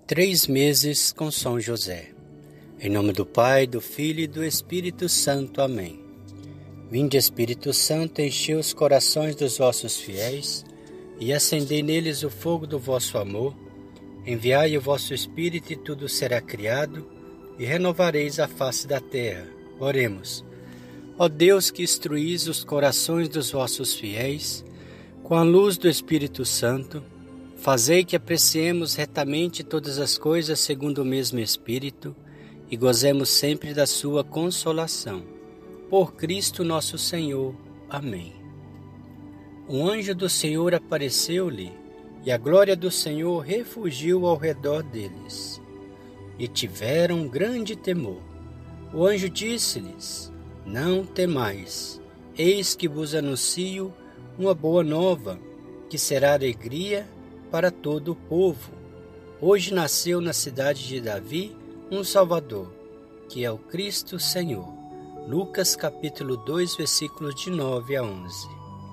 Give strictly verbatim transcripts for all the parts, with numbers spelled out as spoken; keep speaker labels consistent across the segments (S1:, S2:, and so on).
S1: Três meses com São José. Em nome do Pai, do Filho e do Espírito Santo. Amém. Vinde, Espírito Santo, enchei os corações dos vossos fiéis e acendei neles o fogo do vosso amor. Enviai o vosso Espírito e tudo será criado e renovareis a face da terra. Oremos. Ó Deus, que instruís os corações dos vossos fiéis com a luz do Espírito Santo, fazei que apreciemos retamente todas as coisas segundo o mesmo Espírito e gozemos sempre da sua consolação. Por Cristo nosso Senhor. Amém. Um anjo do Senhor apareceu-lhe e a glória do Senhor refugiu ao redor deles. E tiveram grande temor. O anjo disse-lhes: Não temais, eis que vos anuncio uma boa nova, que será alegria para todo o povo. Hoje nasceu na cidade de Davi um Salvador, que é o Cristo Senhor. Lucas capítulo dois, versículos de nove a onze.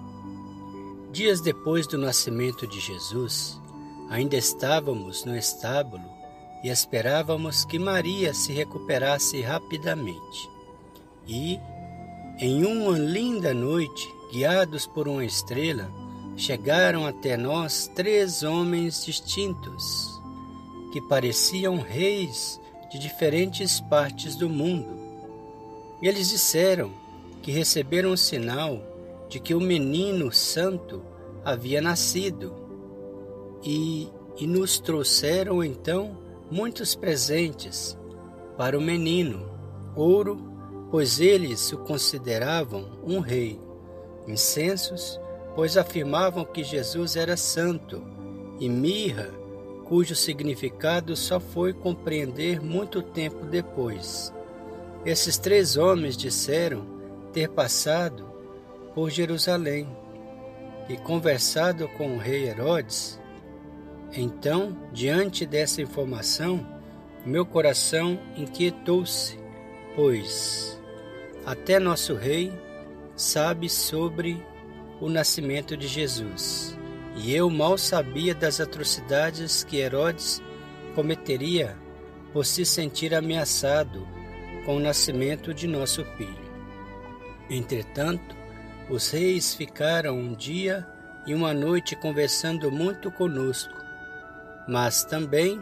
S1: Dias depois do nascimento de Jesus, ainda estávamos no estábulo e esperávamos que Maria se recuperasse rapidamente. E, em uma linda noite, guiados por uma estrela, chegaram até nós três homens distintos, que pareciam reis de diferentes partes do mundo. Eles disseram que receberam o sinal de que o menino santo havia nascido e, e nos trouxeram então muitos presentes para o menino: ouro, pois eles o consideravam um rei; incensos, pois afirmavam que Jesus era santo; e mirra, cujo significado só foi compreender muito tempo depois. Esses três homens disseram ter passado por Jerusalém e conversado com o rei Herodes. Então, diante dessa informação, meu coração inquietou-se, pois até nosso rei sabe sobre o nascimento de Jesus, e eu mal sabia das atrocidades que Herodes cometeria por se sentir ameaçado com o nascimento de nosso filho. Entretanto, os reis ficaram um dia e uma noite conversando muito conosco, mas também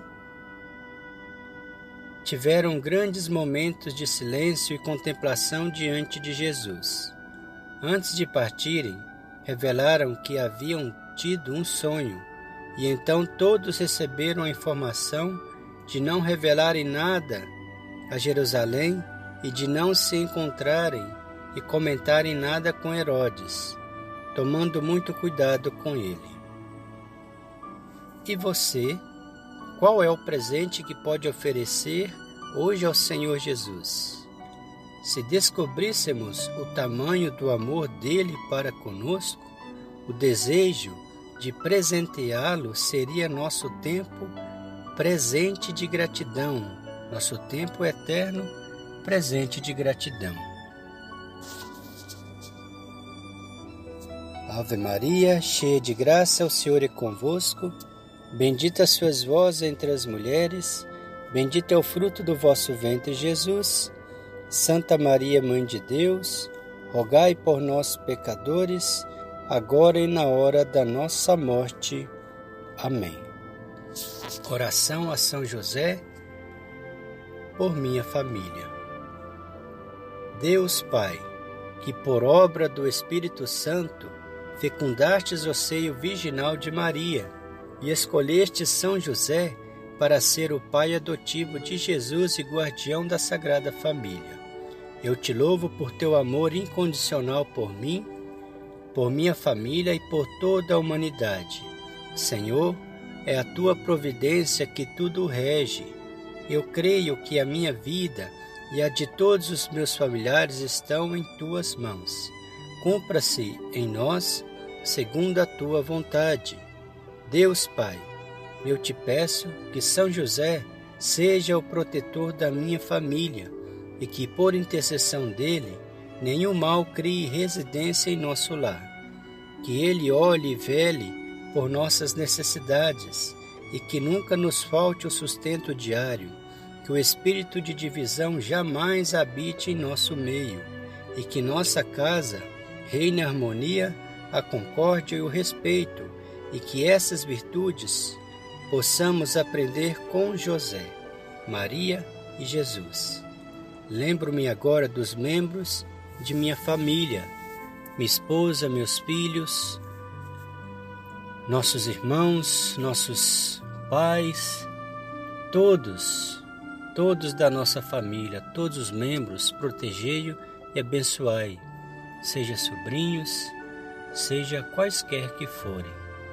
S1: tiveram grandes momentos de silêncio e contemplação diante de Jesus. Antes de partirem, revelaram que haviam tido um sonho, e então todos receberam a informação de não revelarem nada a Jerusalém e de não se encontrarem e comentarem nada com Herodes, tomando muito cuidado com ele. E você, qual é o presente que pode oferecer hoje ao Senhor Jesus? Se descobríssemos o tamanho do amor dele para conosco, o desejo de presenteá-lo seria nosso tempo presente de gratidão, nosso tempo eterno presente de gratidão. Ave Maria, cheia de graça, o Senhor é convosco. Bendita sois vós entre as mulheres, bendito é o fruto do vosso ventre, Jesus. Santa Maria, Mãe de Deus, rogai por nós, pecadores, agora e na hora da nossa morte. Amém. Oração a São José, por minha família. Deus Pai, que por obra do Espírito Santo fecundastes o seio virginal de Maria e escolhestes São José para ser o pai adotivo de Jesus e guardião da Sagrada Família. Eu te louvo por teu amor incondicional por mim, por minha família e por toda a humanidade. Senhor, é a tua providência que tudo rege. Eu creio que a minha vida e a de todos os meus familiares estão em tuas mãos. Cumpra-se em nós segundo a tua vontade. Deus Pai, eu te peço que São José seja o protetor da minha família e que, por intercessão dele, nenhum mal crie residência em nosso lar. Que ele olhe e vele por nossas necessidades e que nunca nos falte o sustento diário, que o espírito de divisão jamais habite em nosso meio e que nossa casa reine a harmonia, a concórdia e o respeito, e que essas virtudes possamos aprender com José, Maria e Jesus. Lembro-me agora dos membros de minha família, minha esposa, meus filhos, nossos irmãos, nossos pais, todos, todos da nossa família, todos os membros, protegei-o e abençoai, seja sobrinhos, seja quaisquer que forem.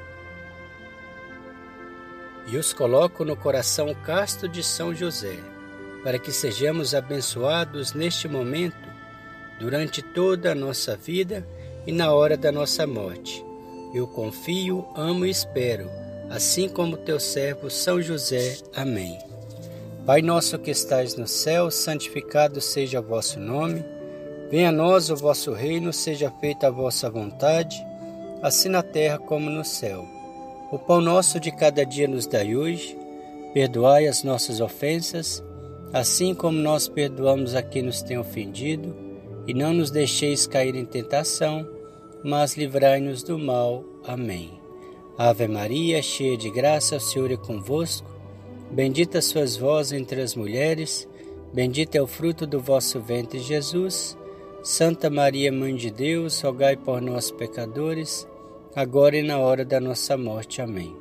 S1: E os coloco no coração casto de São José, para que sejamos abençoados neste momento, durante toda a nossa vida e na hora da nossa morte. Eu confio, amo e espero, assim como teu servo São José. Amém. Pai nosso que estais no céu, santificado seja o vosso nome. Venha a nós o vosso reino, seja feita a vossa vontade, assim na terra como no céu. O pão nosso de cada dia nos dai hoje, perdoai as nossas ofensas, assim como nós perdoamos a quem nos tem ofendido, e não nos deixeis cair em tentação, mas livrai-nos do mal. Amém. Ave Maria, cheia de graça, o Senhor é convosco. Bendita sois vós entre as mulheres, bendito é o fruto do vosso ventre, Jesus. Santa Maria, Mãe de Deus, rogai por nós, pecadores, agora e na hora da nossa morte. Amém.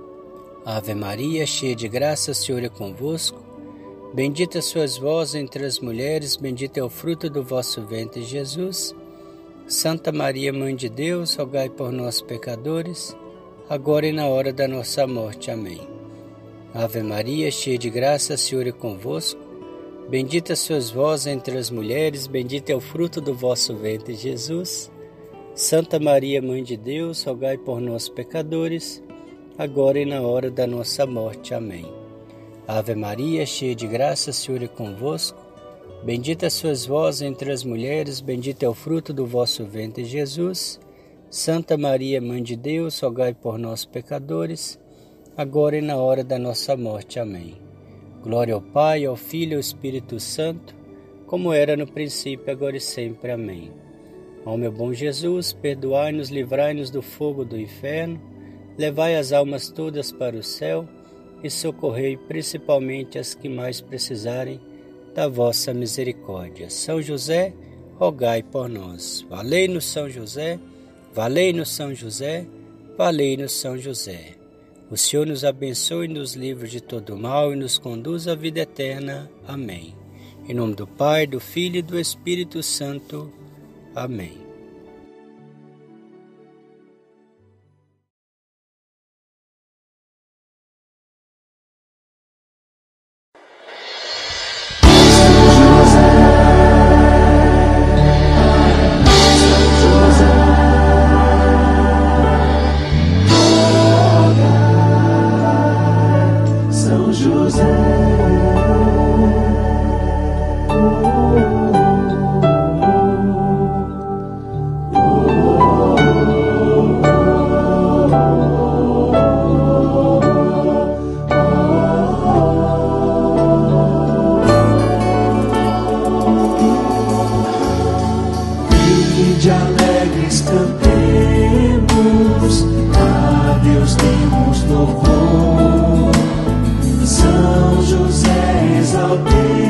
S1: Ave Maria, cheia de graça, o Senhor é convosco. Bendita sois vós entre as mulheres, bendito é o fruto do vosso ventre, Jesus. Santa Maria, Mãe de Deus, rogai por nós, pecadores, agora e na hora da nossa morte. Amém. Ave Maria, cheia de graça, o Senhor é convosco. Bendita sois vós entre as mulheres, bendito é o fruto do vosso ventre, Jesus. Santa Maria, Mãe de Deus, rogai por nós, pecadores, agora e na hora da nossa morte. Amém. Ave Maria, cheia de graça, o Senhor é convosco. Bendita sois vós entre as mulheres, bendito é o fruto do vosso ventre, Jesus. Santa Maria, Mãe de Deus, rogai por nós, pecadores, agora e na hora da nossa morte. Amém. Glória ao Pai, ao Filho e ao Espírito Santo, como era no princípio, agora e sempre. Amém. Ó meu bom Jesus, perdoai-nos, livrai-nos do fogo do inferno, levai as almas todas para o céu e socorrei principalmente as que mais precisarem da vossa misericórdia. São José, rogai por nós. Valei-nos, São José, valei-nos, São José, valei-nos, São José. O Senhor nos abençoe e nos livre de todo mal e nos conduz à vida eterna. Amém. Em nome do Pai, do Filho e do Espírito Santo. Amém.
S2: De alegres cantemos, a Deus demos louvor. São José, exaltemos.